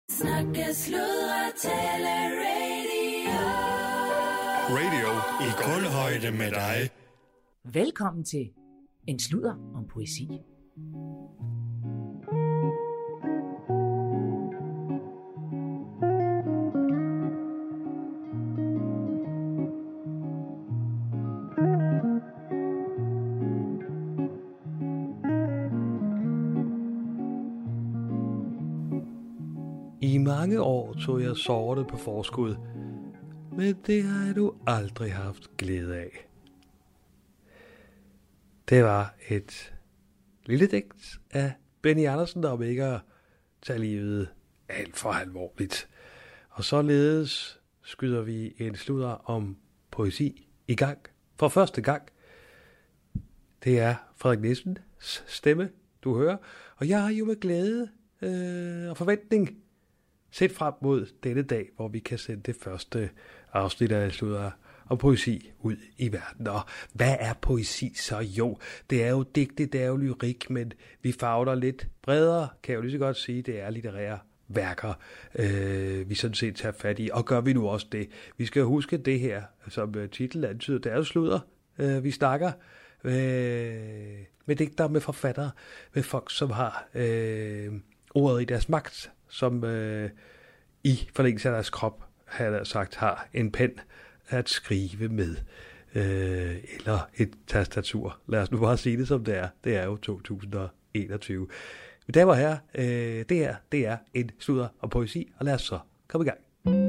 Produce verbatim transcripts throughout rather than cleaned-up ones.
Snakke, sludre, tale, radio. Radio i kulhøjde med dig. Velkommen til En sludder om poesi. I mange år tog jeg sorte på forskud, men det har jeg du aldrig haft glæde af. Det var et lille digt af Benny Andersen om ikke at tage livet alt for alvorligt. Og således skyder vi en sludder om poesi i gang for første gang. Det er Frederik Nissens stemme, du hører, og jeg har jo med glæde øh, og forventning set frem mod denne dag, hvor vi kan sende det første afsnit af sludder om poesi ud i verden. Og hvad er poesi så? Jo, det er jo digte, det er jo lyrik, men vi favner lidt bredere, kan jeg jo lige så godt sige, det er litterære værker, øh, vi sådan set tager fat i. Og gør vi nu også det? Vi skal huske det her, som titlen antyder, det er jo sludder, øh, vi snakker øh, med digtere, med forfattere, med folk, som har øh, ordet i deres magt, som øh, i forlængelse af deres krop, har jeg sagt, har en pen at skrive med, øh, eller et tastatur. Lad os nu bare sige det, som det er. Det er jo to tusind og enogtyve. Mine damer og herrer, øh, det her, det er en sludder om poesi, og lad os så komme i gang.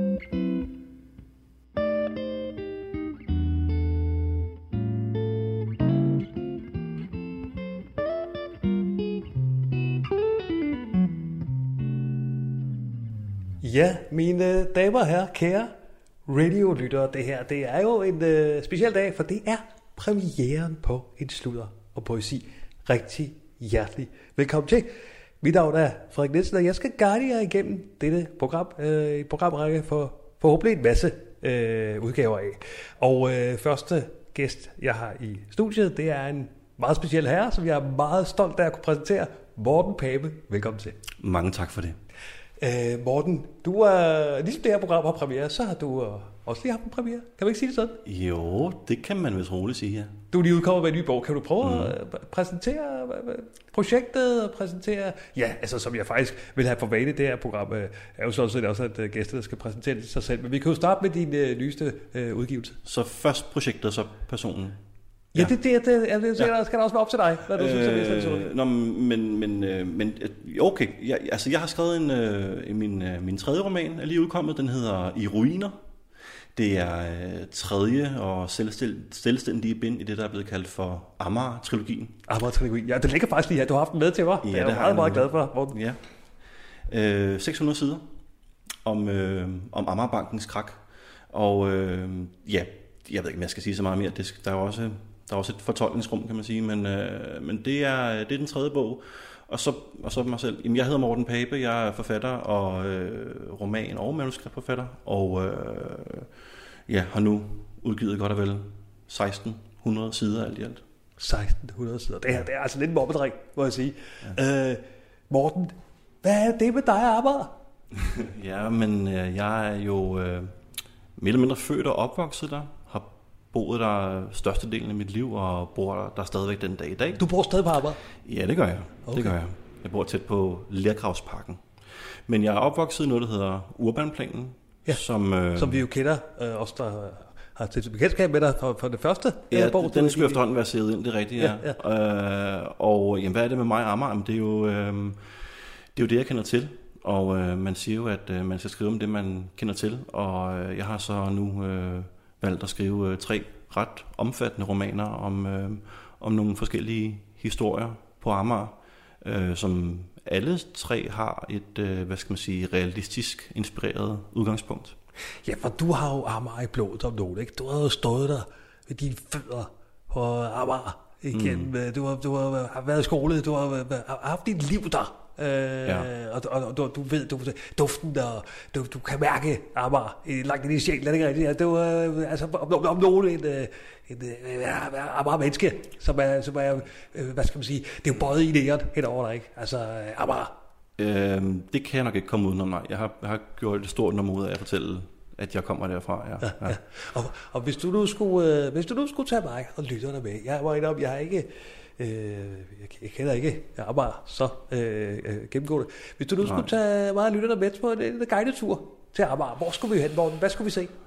Ja, mine damer og herrer, kære radiolyttere, det her, det er jo en øh, speciel dag, for det er premieren på en sludder og poesi. Rigtig hjertelig velkommen til. Mit navn er Frederik Nielsen, og jeg skal guide jer igennem dette program, øh, et programrække for forhåbentlig en masse øh, udgaver af. Og øh, første gæst, jeg har i studiet, det er en meget speciel herre, som jeg er meget stolt af at kunne præsentere. Morten Pape, velkommen til. Mange tak for det. Øh, Morten, du er, ligesom det her program har premiere, så har du uh, også lige haft en premiere. Kan man ikke sige det sådan? Jo, det kan man vist roligt sige, ja. Du er lige udkommet med en ny bog. Kan du prøve mm. at præsentere projektet og præsentere... Ja, altså som jeg faktisk vil have for vane, det her program øh, er jo sådan set også, at uh, gæsterne skal præsentere sig selv. Men vi kan jo starte med din uh, nyeste uh, udgivelse. Så først projektet, så personen. Ja, ja det, det, det, det, det ja. skal der også være op til dig, hvad du øh, synes, det er sådan. Nå, men, men, men okay, jeg, altså jeg har skrevet en, øh, min, øh, min tredje roman, er lige udkommet, den hedder I ruiner. Det er øh, tredje og selvstændige bind i det, der er blevet kaldt for Amager-trilogien. Amager-trilogien, ja, det ligger faktisk lige her, du har haft den med til mig. Ja, jeg er meget, meget glad for. Ja. Øh, seks hundrede sider om, øh, om Amagerbankens krak, og øh, ja, jeg ved ikke, om jeg skal sige så meget mere, det, der er også... Der er også et fortolkningsrum, kan man sige, men, øh, men det, er, det er den tredje bog. Og så, og så mig selv. Jamen, jeg hedder Morten Pape, jeg er forfatter og øh, roman- og manuskriptforfatter, og øh, ja, har nu udgivet godt og vel seksten hundrede sider alt i alt. seksten hundrede sider. Det, her, det er altså lidt en mobbedrik, må jeg sige. Ja. Øh, Morten, hvad er det med dig og Amager? Ja, men øh, jeg er jo øh, mere eller mindre født og opvokset der. Boet der størstedelen af mit liv, og bor der, der stadigvæk den dag i dag. Du bor stadig på Amager? Ja, det gør jeg. Okay. Det gør jeg. Jeg bor tæt på Lergravsparken. Men jeg er opvokset i noget, der hedder Urbanplanen. Ja, som, øh, som vi jo kender, øh, os der har til bekendtskab med dig for, for det første. Ja, bog, den skulle efterhånden være sædet ind, det er rigtigt, ja. ja, ja. Øh, og jamen, hvad er det med mig og Amager? Det er jo, øh, det er jo det, jeg kender til. Og øh, man siger jo, at øh, man skal skrive om det, man kender til. Og øh, jeg har så nu... Øh, valgt at skrive øh, tre ret omfattende romaner om, øh, om nogle forskellige historier på Amager, øh, som alle tre har et, øh, hvad skal man sige, realistisk inspireret udgangspunkt. Ja, for du har jo Amager i blodet om nogen, ikke? Du har jo stået der med dine fødder på Amager igen. Mm. Du, har, du har været i skole, du har, har haft dit liv der. Øh, ja. Og, og, og du, du ved du, duften, og du, du kan mærke Amager langt ind i sjælen, er det ikke rigtigt? Du er altså om, om nogen en, en, en Amager menneske, som er, som er, hvad skal man sige, det er jo bøjet i næren henover dig, ikke? Altså Amager, Øhm, det kan jeg nok ikke komme udenom, nej. Jeg har, jeg har gjort et stort nummer ud af at fortælle, at jeg kommer derfra, ja. ja, ja. Og, og hvis du nu skulle, øh, hvis du nu skulle tage mig og lytterne med, jeg var inde om, jeg har ikke, øh, jeg, jeg kender ikke, jeg har bare så øh, gennemgået det. Hvis du nu nej. skulle tage mig og lytterne med på en, en guidetur til Amager, hvor skulle vi hen, Morten? Hvad skulle vi se?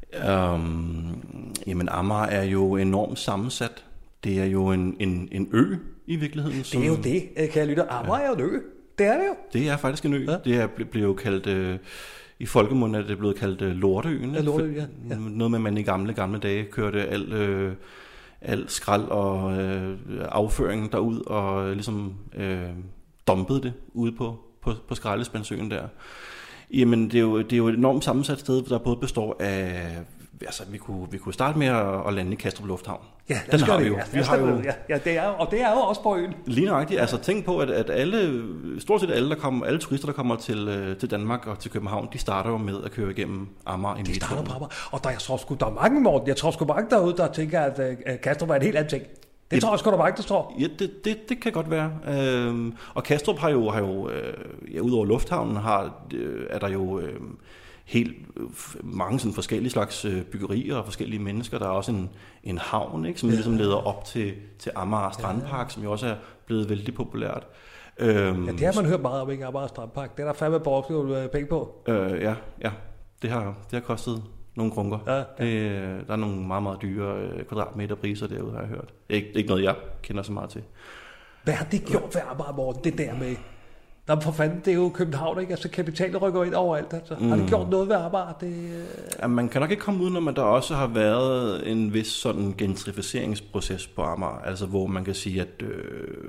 Um, jamen, Amager er jo enormt sammensat. Det er jo en, en, en ø i virkeligheden. Som, det er jo det, kan jeg lytte. Amager ja. er jo en ø. Det er det jo. Det er faktisk en ø. Ja. Det er blevet jo kaldt, øh, i folkemunden er det blevet kaldt øh, Lorteøen. Ja, Lorteøen, ja. ja. Noget med, at man i gamle, gamle dage kørte alt, øh, alt skrald og øh, afføring derud og ligesom øh, dumpede det ude på, på, på Skraldespandsøen der. Jamen, det er, jo, det er jo et enormt sammensat sted, der både består af... Altså, vi kunne, vi kunne starte med at, at lande i Kastrup Lufthavn. Ja, den har vi jo. Ja, vi har jo ja, ja, det er, og det er jo også på øen. Lige nøjagtigt. Altså, tænk på, at, at alle, stort set alle, der kommer, alle turister, der kommer til, til Danmark og til København, de starter jo med at køre igennem Amager i metroen. De starter på Amager. Og der, jeg tror sgu, der er mange, Morten. Jeg tror sgu mange derude, der tænker, at uh, Kastrup er en helt anden ting. Det ja, tror jeg sgu, der er mange, der tror. Ja, det, det, det kan godt være. Øhm, og Kastrup har jo, har jo øh, ja, udover lufthavnen, har, øh, er der jo... Øh, helt mange sådan forskellige slags byggerier og forskellige mennesker. Der er også en, en havn, ikke, som ja. ligesom leder op til, til Amager Strandpark, ja. som jo også er blevet vældig populært. Øhm, ja, det har man hørt meget om, ikke? Amager Strandpark. Det er der fandme brugt penge på. Øh, ja, ja. Det har, det har kostet nogle krunker. Ja, ja. Det, der er nogle meget, meget dyre kvadratmeterpriser derude, har jeg hørt. Det er ikke, ikke noget, jeg kender så meget til. Hvad har det gjort for Amager, Morten, det der med... Nå, for fanden, det er jo København, ikke? Altså, kapitalet rykker ind overalt. Altså. Mm. Har det gjort noget ved Amager? Det... Ja, man kan nok ikke komme udenom, at der også har været en vis sådan gentrificeringsproces på Amager. Altså, hvor man kan sige, at øh,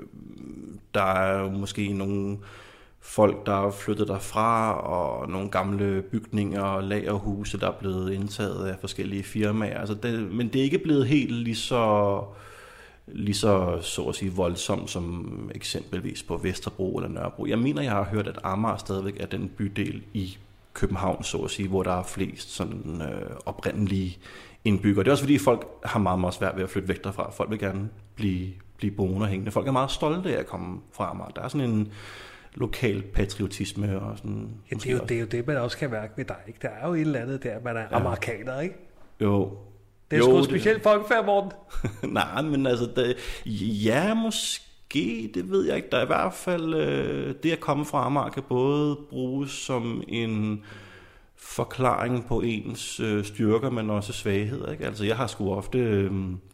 der er måske nogle folk, der er flyttet derfra, og nogle gamle bygninger og lagerhuse, der er blevet indtaget af forskellige firmaer. Altså, det, men det er ikke blevet helt lige så... lige så, så at sige, voldsomt som eksempelvis på Vesterbro eller Nørrebro. Jeg mener, jeg har hørt, at Amager stadigvæk er den bydel i København, så at sige, hvor der er flest sådan øh, oprindelige indbyggere. Det er også fordi, folk har meget, meget svært ved at flytte væk derfra. Folk vil gerne blive, blive boende og hængende. Folk er meget stolte af at komme fra Amager. Der er sådan en lokal patriotisme og sådan... Ja, det er, jo, det er jo det, man også kan mærke med dig, ikke? Der er jo et eller andet der, man er ja. amerikaner, ikke? Jo. Det er jo, sgu specielt folkefærd, Morten. Nej, men altså, det, ja, måske, det ved jeg ikke. Der er i hvert fald, øh, det at komme fra Amager kan både bruges som en forklaring på ens øh, styrker, men også svagheder. Ikke? Altså, jeg har sgu ofte øh,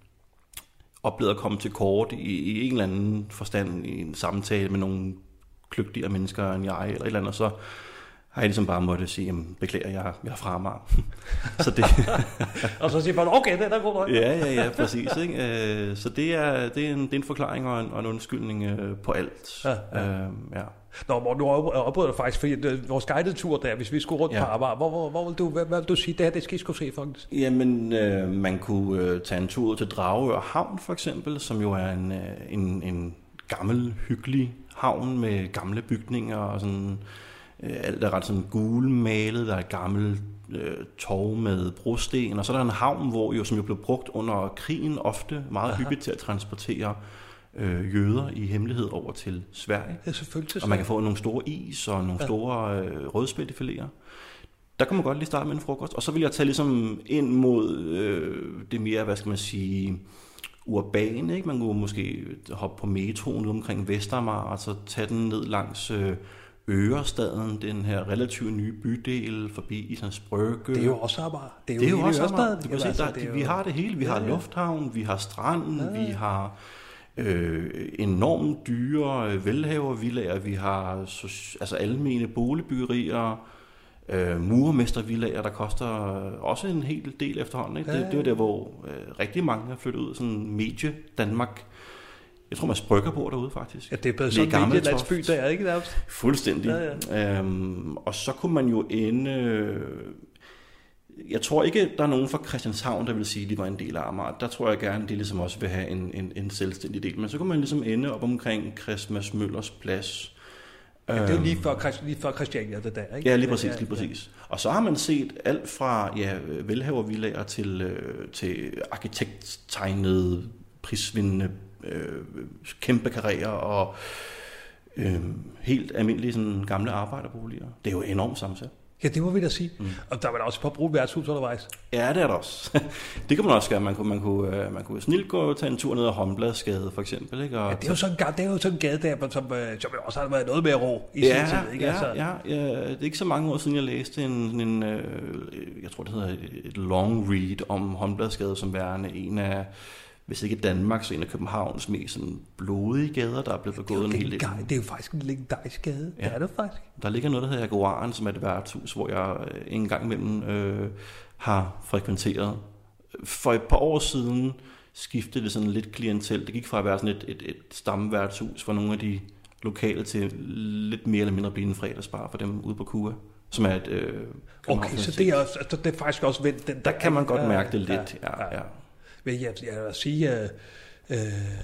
oplevet at komme til kort i, i en eller anden forstand i en samtale med nogle kløgtigere mennesker end jeg, eller et eller andet, så har jeg ligesom bare måtte sige, jamen, beklager, jeg, jeg er fra Amager. så det og så siger man, okay, det er da god nok. ja, ja, ja, præcis. Ikke? Så det er, det, er en, det er en forklaring og en, og en undskyldning på alt. Ja, ja. Øh, ja. Nå, Morten, nu opbrød dig faktisk, fordi vores guidetur der, hvis vi skulle rundt ja. på Amager, hvor, hvor, hvor vil du, hvad, hvad vil du sige, det her, det skal I skulle se, faktisk? Jamen, øh, man kunne øh, tage en tur til Dragør Havn, for eksempel, som jo er en, en, en gammel, hyggelig havn med gamle bygninger og sådan... Alt er ret sådan gulmalet, der er et gammelt øh, torv med brosten, og så er der en havn, hvor jo, som jo blev brugt under krigen ofte meget Aha. hyppigt til at transportere øh, jøder i hemmelighed over til Sverige. Ja, selvfølgelig. Og man kan få nogle store is og nogle ja. store øh, rødspættefiléer. Der kan man godt lige starte med en frokost, og så vil jeg tage ligesom ind mod øh, det mere, hvad skal man sige, urbane, ikke? Man kunne måske hoppe på metroen ude omkring Vestamager, og så tage den ned langs... Øh, Ørestaden, den her relativt nye bydel forbi Islands Brygge. Det er jo også Amager. Det er jo, det er jo også Amager. Du kan se, der, det vi jo... har det hele. Vi ja, har ja. lufthavn, vi har stranden, ja, ja. vi har øh, enormt dyre velhavervillager, vi har altså almene boligbyggerier, øh, murermestervillager, der koster også en hel del efterhånden. Ikke? Ja, ja. Det, det er der, hvor øh, rigtig mange er flyttet ud, sådan medie Danmark. Jeg tror, man sprøkker på derude, faktisk. Ja, det er blevet sådan en landsby, der er ikke der. Fuldstændig. Ja, ja. Øhm, og så kunne man jo ende... Øh, jeg tror ikke, der er nogen fra Christianshavn, der vil sige, at de var en del af Amager. Der tror jeg gerne, at de ligesom også vil have en, en, en selvstændig del. Men så kunne man ligesom ende op omkring Christmas Møllers Plads. Ja, det er jo lige før, lige før Christiania, det der, ikke? Ja, lige præcis, lige præcis. Og så har man set alt fra ja, velhavervillager til, øh, til arkitekttegnede, prisvindende, Øh, kæmpe karrierer og øhm, helt almindelige sådan, gamle arbejderboliger. Det er jo enormt sammensat. Ja, det må vi da sige. Mm. Og der var da også på at bruge et værtshus undervejs. Ja, det er der også. Det kan man også gøre. Man kunne, man kunne, man kunne snilt gå og tage en tur ned ad Håndbladsgade, for eksempel. Ikke? Og ja, det er jo sådan, det er jo sådan en gade der, som, som også har været noget mere ro i ja, sin tid. Ikke? Ja, Altså. ja, ja, det er ikke så mange år siden, jeg læste en, en jeg tror, det hedder et long read om Håndbladsgade som værende en af, hvis ikke Danmark, så en af Københavns mest sådan blodige gader, der er blevet begået en hel del. Det er jo faktisk en legendarisk gade. Ja. Det er det faktisk. Der ligger noget, der hedder Jaguaren, som er et værtshus, hvor jeg en gang imellem øh, har frekventeret. For et par år siden skiftede det sådan lidt klientel. Det gik fra at være sådan et, et, et stammeværtshus for nogle af de lokale til lidt mere eller mindre blive en fredagsbar for dem ude på Kua, som er et øh, okay, så det er, også, altså, det er faktisk også vendt. Den, der kan man godt mærke det lidt, ja, ja. ja. Men jeg, jeg vil sige, at øh,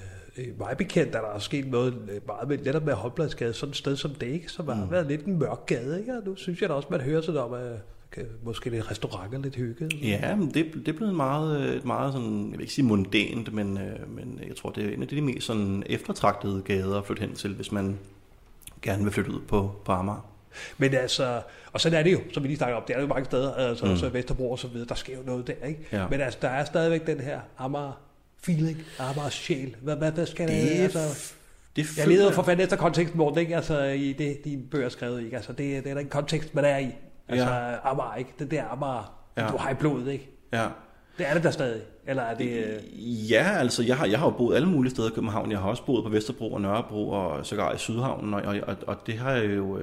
mig bekendt, at der er sket noget meget med, netop med Håndbladsgade, sådan et sted som det, ikke? Som har mm. været lidt en mørk gade, ikke? Og nu synes jeg da også, man hører sådan om, at okay, måske lidt restauranter, lidt hygge. Ja, men det, det er blevet meget, meget sådan, jeg vil ikke sige mundant, men, men jeg tror, det er en af de mest sådan eftertragtede gader at flytte hen til, hvis man gerne vil flytte ud på, på Amager. Men altså, og sådan er det jo, som vi lige snakker om, det er jo mange steder, altså mm. så Vesterbro og så videre, der sker jo noget der, ikke? Ja. Men altså, der er stadigvæk den her Amager feeling, Amager sjæl. Hvad, hvad, hvad skal det, det altså? Det jeg leder for fanden efter konteksten, hvor det ikke, altså i det, dine bøger er skrevet, ikke? Altså, det, det er den kontekst, man er i. Altså, ja. Amager, ikke? Det der Amager, ja. Du har i blodet, ikke? Ja. Det er det der stadig, eller er det... Ja, altså, jeg har, jeg har jo boet alle mulige steder i København. Jeg har også boet på Vesterbro og Nørrebro og sågar i Sydhavnen, og, og, og det har jeg jo...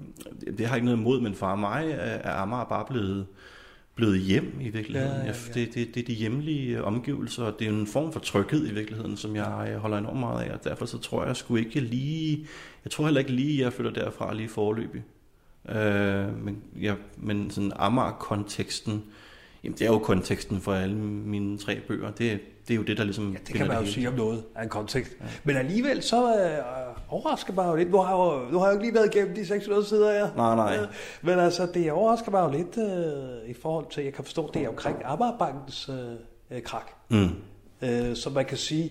Det har ikke noget imod, men for mig er Amager bare blevet, blevet hjem i virkeligheden. Ja, ja, ja. Det, det, det er de hjemlige omgivelser, og det er en form for tryghed i virkeligheden, som jeg holder enormt meget af, og derfor så tror jeg sgu ikke lige... Jeg tror heller ikke lige, jeg flytter derfra lige foreløbig. Øh, men, ja, men sådan Amager-konteksten... Jamen, det er jo konteksten for alle mine tre bøger. Det, det er jo det, der ligesom... Ja, det kan man jo sige om noget af en kontekst. Ja. Men alligevel, så øh, overrasker mig jo lidt. Nu har, jo, nu har jeg jo ikke lige været igennem de seks hundrede sider her. Nej, nej. Men altså, det overrasker mig jo lidt øh, i forhold til, jeg kan forstå, det er omkring Amagerbankens øh, krak. Mm. Øh, så man kan sige,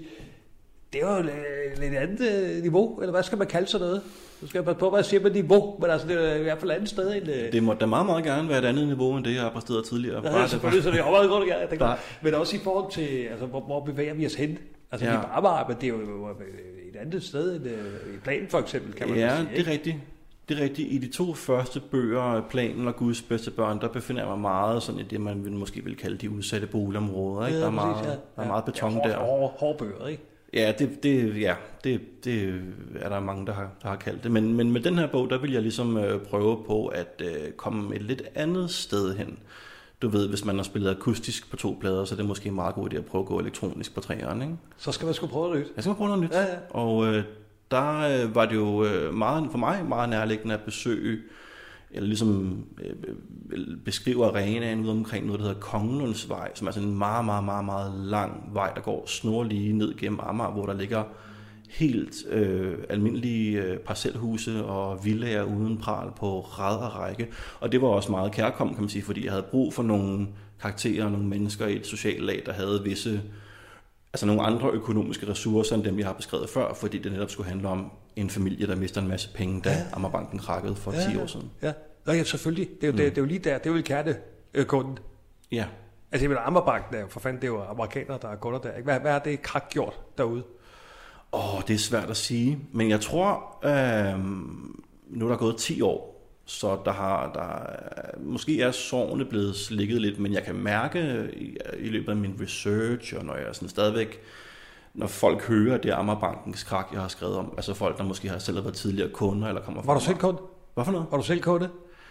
det er jo lidt andet øh, niveau, eller hvad skal man kalde sådan noget? Nu skal jeg passe på, hvad jeg siger med niveau, men altså, det er i hvert fald et andet sted end... Øh... Det må da meget, meget gerne være et andet niveau, end det, jeg har præsteret tidligere. Ja, ja selvfølgelig, så det er meget godt, jeg tænker. Men også i forhold til, altså, hvor, hvor bevæger vi os hen? Altså, ja. Vi bare bare, men det er jo et andet sted end i planen, for eksempel, kan man ja, sige. Ja, det er rigtigt. Det er rigtigt. I de to første bøger, Planen og Guds bedste børn, der befinder jeg mig meget sådan i det, man måske vil kalde de udsatte boligområder. Ikke? Ja, der er meget, præcis, ja. Der er meget beton ja, der. Hårde, hårde bøger, ikke? Ja, det, det, ja det, det er der mange, der har, der har kaldt det. Men, men med den her bog, der vil jeg ligesom øh, prøve på at øh, komme et lidt andet sted hen. Du ved, hvis man har spillet akustisk på to plader, så er det måske en meget god idé at prøve at gå elektronisk på treeren, ikke? Så skal man sgu prøve noget nyt. Jeg skal prøve noget nyt. Ja, ja. Og øh, der øh, var det jo øh, meget, for mig meget nærliggende at besøge, eller ligesom øh, beskrive arenaen ude omkring noget, der hedder Kongelundsvej, som er sådan en meget, meget, meget, meget lang vej, der går snorlige ned gennem Amager, hvor der ligger helt øh, almindelige øh, parcelhuse og villager uden pral på rad og række. Og det var også meget kærkommen, kan man sige, fordi jeg havde brug for nogle karakterer og nogle mennesker i et socialt lag, der havde visse, altså nogle andre økonomiske ressourcer end dem, jeg har beskrevet før, fordi det netop skulle handle om en familie, der mister en masse penge, da ja. Amagerbanken krakkede for ja, ti år siden. Ja, ja selvfølgelig. Det er, jo, mm. det, det er jo lige der, det er jo kernekunden. Ja. Altså, jeg mener, Amagerbanken er jo for fanden, det er jo amerikanere, der er kunder der. Ikke? Hvad, hvad er det krak gjort derude? Åh, oh, det er svært at sige, men jeg tror, øh, nu er der gået ti år, så der har, der, måske er sårene blevet slikket lidt, men jeg kan mærke i, i løbet af min research, og når jeg sådan stadigvæk, når folk hører det Amagerbankens krak, jeg har skrevet om, altså folk, der måske har selv været tidligere kunder, eller kommer fra... Var du selv kunde? Hvad for noget? Var du selv kunde?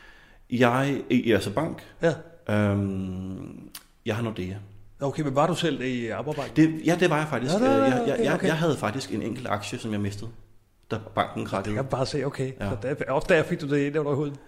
Jeg, i altså bank, ja. øhm, jeg har Nordea. Okay, men var du selv i Amagerbanken? Det, ja, det var jeg faktisk. Ja, jeg, jeg, okay, jeg, okay. jeg havde faktisk en enkelt aktie, som jeg mistede, da banken krakkede. Jeg kan bare se, okay. Ja. Så der, også der fik du det ind under huden?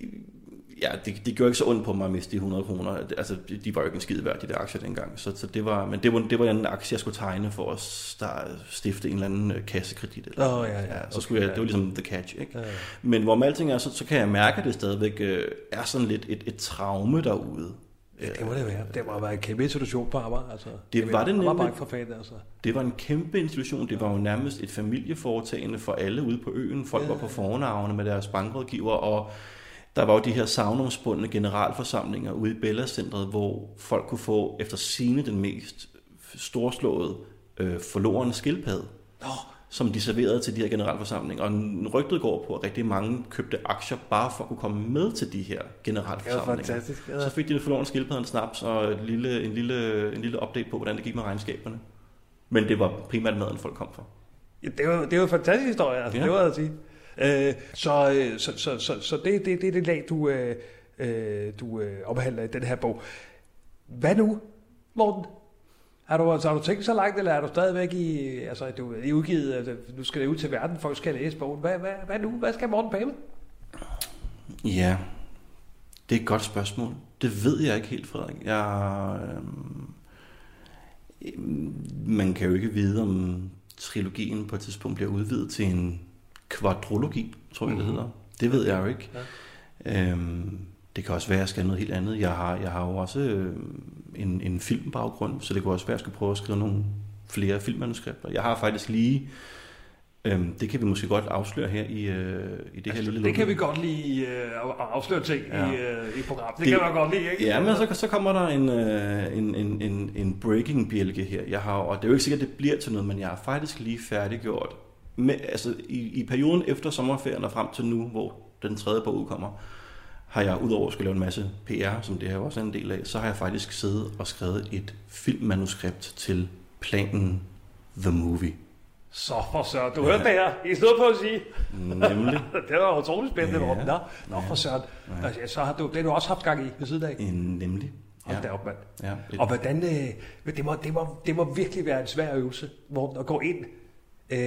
Ja, det, det gjorde ikke så ondt på mig at miste de hundrede kroner. Altså, de, de var jo ikke en skide værd, de der aktier dengang. Så, så det var, men det var, det var en aktie, jeg skulle tegne for at starte, stifte en eller anden kassekredit. Eller, oh, ja, ja. ja, så okay, skulle jeg, ja. det var ligesom the catch, ikke? Ja, ja. Men hvor med alting er, så, så kan jeg mærke, at det stadigvæk øh, er sådan lidt et, et traume derude. Ja, det må det være. Det må have været en kæmpe institution på Amager. Altså, det var det nemlig. For fanden, altså. Det var en kæmpe institution. Det var jo nærmest et familieforetagende for alle ude på øen. Folk ja. var på fornavne med deres bankrådgiver, og der var jo de her savnomsbundne generalforsamlinger ude i Bella-centret, hvor folk kunne få efter sigende den mest storslåede øh, forlorende skildpadde, oh. som de serverede til de her generalforsamlinger. Og rygtet går på, at rigtig mange købte aktier bare for at kunne komme med til de her generalforsamlinger. Det var fantastisk. Ja. Så fik de den forlorende skildpadde en snaps og en lille, en, lille, en lille update på, hvordan det gik med regnskaberne. Men det var primært maden, folk kom for. Ja, det var, det var en fantastisk historie, altså. Ja. Det var at sige. Øh, så, så, så, så, så det, det, det er det lag, du, øh, du øh, omhandler i den her bog. Hvad nu, Morten? Har du, altså, har du tænkt så langt, eller er du stadigvæk i, altså, du er udgivet, altså, nu skal det ud til verden, folk skal læse bogen. Hvad, hvad, hvad nu? Hvad skal Morten Pape? Ja, det er et godt spørgsmål. Det ved jeg ikke helt, Frederik. Jeg, øh, man kan jo ikke vide, om trilogien på et tidspunkt bliver udvidet til en kvadrologi, tror jeg, mm-hmm. det hedder. Det ved jeg jo ikke. Ja. Øhm, det kan også være, at jeg skal noget helt andet. Jeg har, jeg har jo også øh, en, en filmbaggrund, så det kan også være, at jeg skal prøve at skrive nogle flere filmmanuskripter. Jeg har faktisk lige, øh, det kan vi måske godt afsløre her i, øh, i det altså, her lille Det kan vi godt lige øh, afsløre ting ja. i, øh, i programmet. Det, det kan man godt lide, ikke? Ja, men så, så kommer der en, øh, en, en, en, en breaking-bjælke her. Jeg har, og det er jo ikke sikkert, at det bliver til noget, men jeg har faktisk lige færdiggjort med, altså i, i perioden efter sommerferien og frem til nu, hvor den tredje bog udkommer, har jeg udover at skulle lave en masse P R, som det her også er en del af, så har jeg faktisk siddet og skrevet et filmmanuskript til planen The Movie. Så for søren, du ja. hørte det her, i stedet på at sige. Nemlig. Det var utroligt spændende, ja. Nå, Nå for søren. Ja. Altså, så har du, det har du også haft gang i ved siden af. Nemlig. Hold ja. da op, mand. Ja, og hvordan, øh, det, må, det, må, det må virkelig være en svær øvelse, hvor at gå ind øh,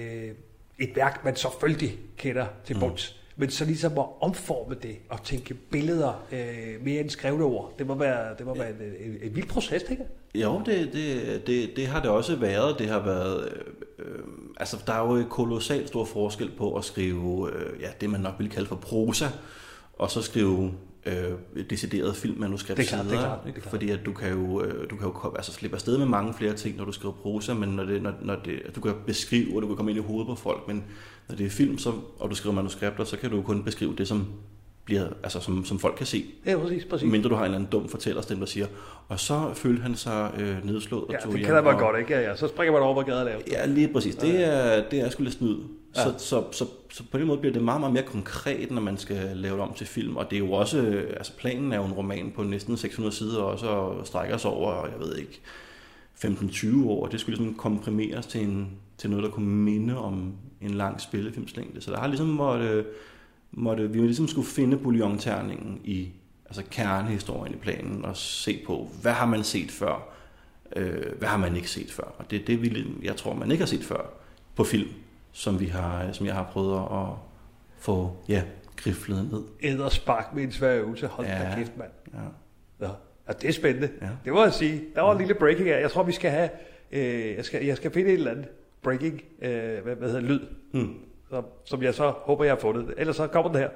et værk, man selvfølgelig kender til bunds, mm. men så ligesom at omforme det og tænke billeder øh, mere end skrevne ord. Det må være, det må være en, en, en vild proces, tænker jeg. Jo, det, det, det, det har det også været. Det har været øh, øh, altså, der er jo et kolossalt stor forskel på at skrive øh, ja, det, man nok vil kalde for prosa, og så skrive øh, decideret filmmanuskript. Det er klart, det er klart, det er klart. Fordi at du kan jo, øh, du kan jo altså, slippe afsted med mange flere ting, når du skriver prosa, men når det, når, når det, du kan beskrive, og du kan komme ind i hovedet på folk, men når det er film, så, og du skriver manuskripter, så kan du kun beskrive det, som bliver, altså som, som folk kan se. Ja, præcis, præcis. Mindre du har en eller anden dum fortællerstemme, der siger, og så følte han sig øh, nedslået. Ja, og tog det hjem, kan da være og, godt, ikke? Ja, ja. Så springer man over, hvor gaden er lavet. Ja, lige præcis. Det er, det er sgu lidt snyd. Ja. Så, så, så, så på den måde bliver det meget, meget mere konkret, når man skal lave det om til film. Og det er jo også, altså planen er jo en roman på næsten seks hundrede sider, og så strækker sig over, jeg ved ikke, femten til tyve år. Det skulle ligesom komprimeres til, en, til noget, der kunne minde om en lang spillefilmslængde. Så der har ligesom måtte, måtte vi ligesom skulle finde bouillonterningen i altså kernehistorien i planen, og se på, hvad har man set før, øh, hvad har man ikke set før. Og det er det, vi, jeg tror, man ikke har set før på film, som, vi har, som jeg har prøvet at få ja, griflet ned. Æderspark med en svær øvelse. Hold da ja, kæft, mand. Ja. Ja. Ja, det er spændende. Ja. Det må jeg sige. Der var en lille breaking af. Jeg tror, vi skal have... Øh, jeg, skal, jeg skal finde et eller andet breaking, øh, hvad, hvad hedder lyd, hmm. som, som jeg så håber, jeg har fundet. Ellers så kommer den her.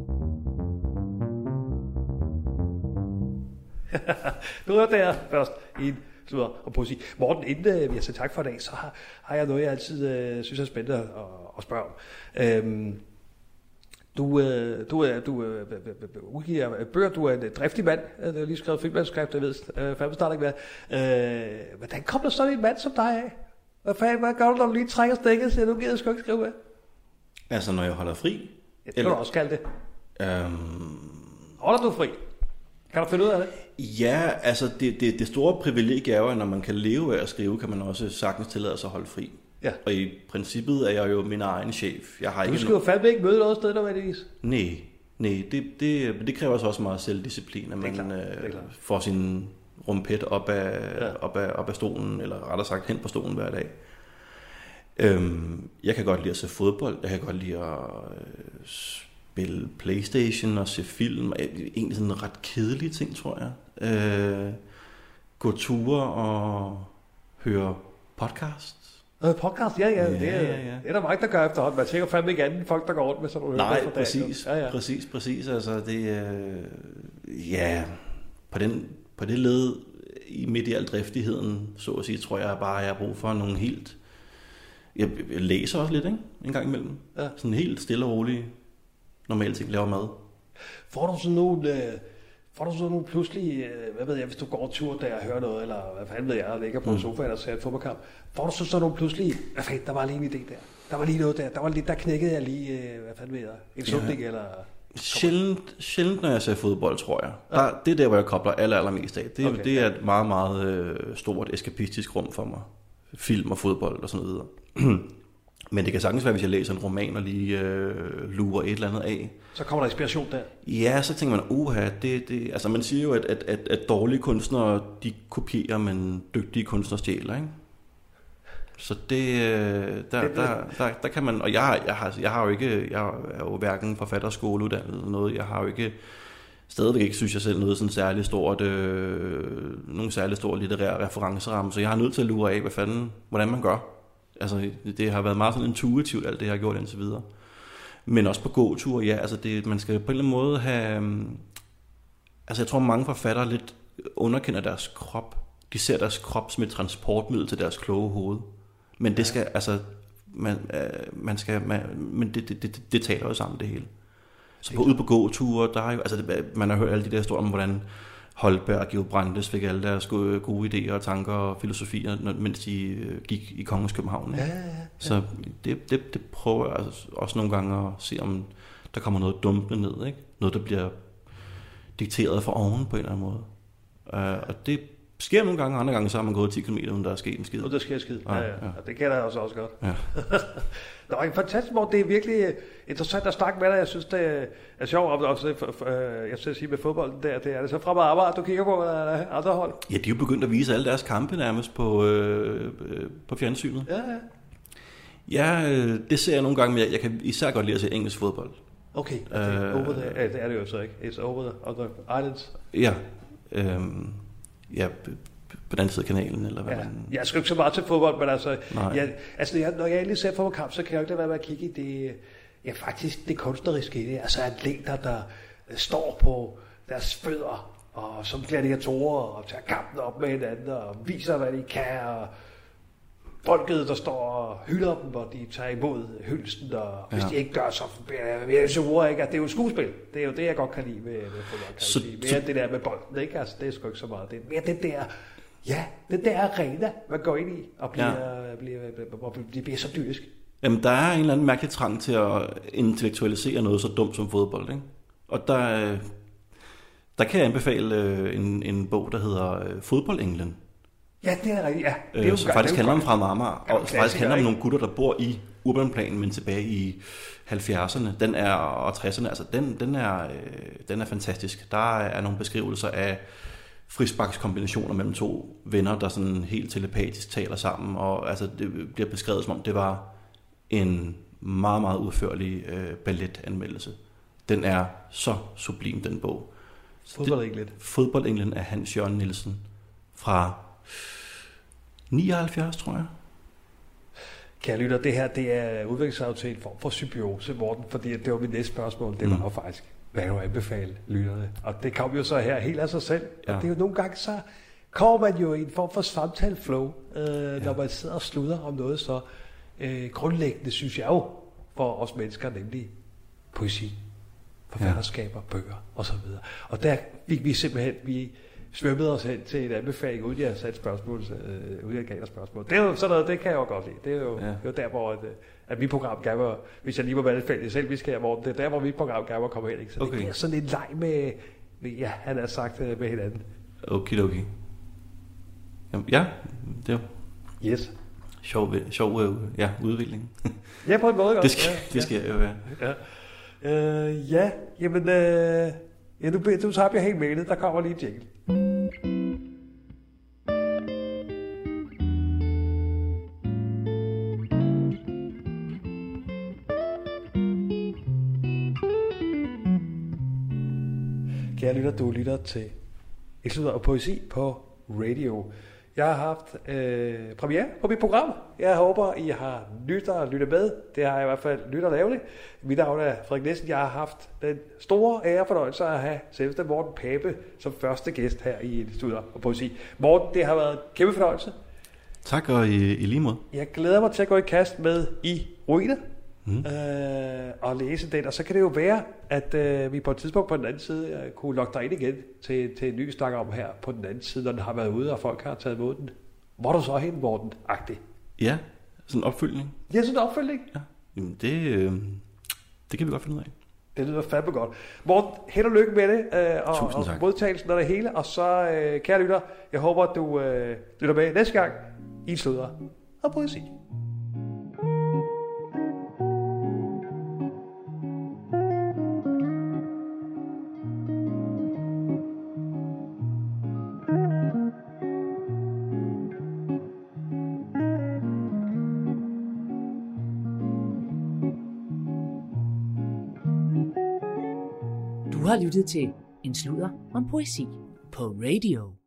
Du hørte det her først i en slutter og poesi. Morten, inden øh, vi har sagt tak for i dag, så har, har jeg noget, jeg altid øh, synes er spændende at, at spørge om. Øhm, du, øh, du, øh, du øh, udgiver bøger, du er en driftig mand, du har lige skrevet filmmanuskript, jeg ved, øh, fandme starter ikke hvad. Øh, hvordan kom der sådan en mand som dig af? Hvad fanden, hvad gør du, når du lige trækker stikket, så du gider sgu ikke skrive med? Altså, når jeg holder fri? Ja, det kan du også kalde det. Øhm... Holder du fri? Kan du finde ud af det? Ja, altså det, det, det store privilegie er jo, at når man kan leve af at skrive, kan man også sagtens tillade sig at holde fri. Ja. Og i princippet er jeg jo min egen chef. Jeg har du ikke skal jo fandme ikke møde noget sted, nødvendigvis. Nej, nej det, det, det kræver så også meget selvdisciplin, at man klart, øh, får sin rumpet op af, ja. op, af, op af stolen, eller rettere sagt hen på stolen hver dag. Øhm, jeg kan godt lide at se fodbold, jeg kan godt lide at øh, spille PlayStation og se film. Egentlig sådan en ret kedelige ting, tror jeg. Øh, gå ture og høre podcast. Øh, podcast, ja, ja. ja, det, er, ja, ja. det er der mange, der gør efterhånden. Man tænker fandme ikke andet folk, der går rundt med sådan nogle Nej, hører. præcis, ja, ja. præcis, præcis. Altså, det, øh, ja, på den, på det led, i midt i al driftigheden, så at sige, tror jeg bare, at jeg har brug for nogle helt... Jeg, jeg læser også lidt, ikke? En gang imellem. Ja. Sådan helt stille og rolig, normalt ting laver mad. Får du sådan nogle... Øh, får du sådan nogle pludselig... Øh, hvad ved jeg, hvis du går tur der og hører noget, eller hvad fanden ved jeg, og ligger på mm. sofaen og ser et fodboldkamp. Får du så sådan nogle pludselig... Hvad fanden, der var lige en idé der. Der var lige noget der. Der var lige, der knækkede jeg lige... Øh, hvad fanden ved jeg? En slutning, ja. Eller... Sjældent, sjældent, når jeg ser fodbold, tror jeg. Der, ja. Det er der, hvor jeg kobler aller, allermest af. Det, okay, det er et meget, meget øh, stort eskapistisk rum for mig. Film og fodbold og sådan noget. Men det kan sagtens være, hvis jeg læser en roman og lige øh, lurer et eller andet af. Så kommer der inspiration der? Ja, så tænker man, uha, det, det... Altså man siger jo, at, at, at, at dårlige kunstnere, de kopierer, men dygtige kunstnere stjæler, ikke? Så det, der, der, der, der, der kan man, og jeg, jeg, har, jeg har jo ikke, jeg er jo hverken forfatterskoleuddannet eller noget, jeg har jo ikke, stadigvæk ikke, synes jeg selv, noget sådan særligt stort, øh, nogen særligt stor litterær referenceramme, så jeg har nødt til at lure af, hvad fanden, hvordan man gør. Altså, det har været meget sådan intuitivt, alt det, jeg har gjort indtil videre. Men også på gåture, ja, altså det, man skal på en eller anden måde have, altså jeg tror, mange forfattere lidt underkender deres krop. De ser deres krop som et transportmiddel til deres kloge hoved. Men det skal, altså, man, øh, man skal, man, men det, det, det, det taler jo sammen det hele. Så på, ude på gåture, der er jo, altså det, man har hørt alle de der historier om, hvordan Holberg og Georg Brandes fik alle deres gode, gode idéer og tanker og filosofier, når, mens de øh, gik i Kongens København. Ja, ja, ja. Så det, det, det prøver jeg altså også nogle gange at se, om der kommer noget dumpende ned, ikke? Noget, der bliver dikteret fra oven på en eller anden måde. Uh, og det sker nogle gange, andre gange så har man gået ti kilometer, uden der er sket en skid. Og der sker skid, ja, ja. ja. Og det kender jeg også, også godt. Ja. Der var en fantastisk måde, det er virkelig interessant at snakke med dig. Jeg synes, det er sjovt, og også, jeg skal sige med fodbolden der, det er det så fra arbejde, du kigger på andre hold? Ja, de er jo begyndt at vise alle deres kampe nærmest på, øh, på fjernsynet. Ja, ja. Ja, det ser jeg nogle gange, men jeg kan især godt lide at se engelsk fodbold. Okay, er det, uh, over the, er det er det jo så ikke. It's over the other islands. Ja, øhm, ja, på den side af kanalen, eller hvad ja. man... Jeg skal ikke så meget til fodbold, men altså, jeg, altså jeg, når jeg endelig ser fodboldkamp, så kan jeg jo ikke lade være med at kigge i det, ja, faktisk det kunstneriske i det. Altså atleter, der står på deres fødder, og som gladiatorer, og tager kampen op med hinanden, og viser, hvad de kan, og folket, der står og hylder dem, hvor de tager imod hyldelsen, og hvis ja. de ikke gør, så bliver jeg sure, ikke? Altså, det er jo skuespil. Det er jo det, jeg godt kan lide med, med fodbold, kan så, mere så... det der med bolden, ikke? Altså, det er sgu ikke så meget. Det er mere det der, ja, det der arena, man går ind i, og bliver, ja. bliver, bliver, bliver, bliver så dyrisk. Jamen, der er en eller anden mærkelig trang til at intellektualisere noget så dumt som fodbold, ikke? Og der, der kan jeg anbefale en, en bog, der hedder Fodboldenglen. Ja, det er rigtigt, ja. Det er jo øh, som faktisk handler om fra Amager, ja, og faktisk handler om nogle gutter, der bor i urbanplanen, men tilbage i halvfjerdserne, den er, og tresserne, altså den, den, er, øh, den er fantastisk. Der er nogle beskrivelser af frisparkskombinationer mellem to venner, der sådan helt telepatisk taler sammen, og altså, det bliver beskrevet som om, det var en meget, meget udførlig øh, balletanmeldelse. Den er så sublim, den bog. Fodboldenglen. Fodboldenglen af Hans Jørgen Nielsen fra nioghalvfjerds, tror jeg. Kære lytter, det her det er udviklingsaftale for, for symbiose, Morten, fordi det var mit næste spørgsmål. Det var mm. faktisk, hvad kan du anbefale lytterne? Og det kom jo så her helt af sig selv. Ja. Og det er jo nogle gange, så kommer man jo i en form for samtale-flow, øh, ja. når man sidder og slutter om noget så øh, grundlæggende, synes jeg jo, for os mennesker, nemlig poesi, forfatterskaber, ja. bøger osv. Og der fik vi simpelthen, vi svømmede os hen til en anbefaling, uden jeg satte spørgsmål, øh, uden jeg gav dig spørgsmål. Det er jo sådan noget, det kan jeg jo godt lide. Det er jo, ja. det er jo der, hvor at, at mit program gerne var, hvis jeg lige må valgfælde det selv, vi skal Morten, det er der, hvor mit program gerne var komme hen. Ikke? Så okay. det er sådan en leg med, med, ja, han har sagt med hinanden. Okay, okay. Ja, det er jo yes. sjov, sjov ja, udvikling. Ja, på en måde godt. Det skal, ja, det skal ja. jo være. Ja, øh, ja jamen, øh, ja, du, du tager jeg helt mailet, der kommer lige en jingle. Kære lytter, du lytter til Eksludder og Poesi på Radio. Jeg har haft øh, premiere på mit program. Jeg håber, I har lyttet og lyttet med. Det har jeg i hvert fald lyttet og lavet. Mit navn er Frederik Nielsen. Jeg har haft den store ære fornøjelse at have selveste Morten Pape som første gæst her i Studier og Poesi. Morten, det har været en kæmpe fornøjelse. Tak, og i, i lige måde. Jeg glæder mig til at gå i kast med I Ruiner. Mm. Øh, og læse den, og så kan det jo være, at øh, vi på et tidspunkt på den anden side øh, kunne logge dig ind igen til, til en ny snak om her på den anden side, når den har været ude, og folk har taget imod den. Hvor er du så hen, Morten? Agtig. Ja, sådan en opfølgning. Ja, sådan en opfølgning. Ja, jamen det, øh, det kan vi godt finde ud af. Det lyder fandme godt. Morten, held og lykke med det, øh, og, og modtagelsen og det hele, og så, øh, kære lytter, jeg håber, at du øh, lytter med næste gang i Sludder og Poesi. Du har lyttet til En Sludder om Poesi på Radio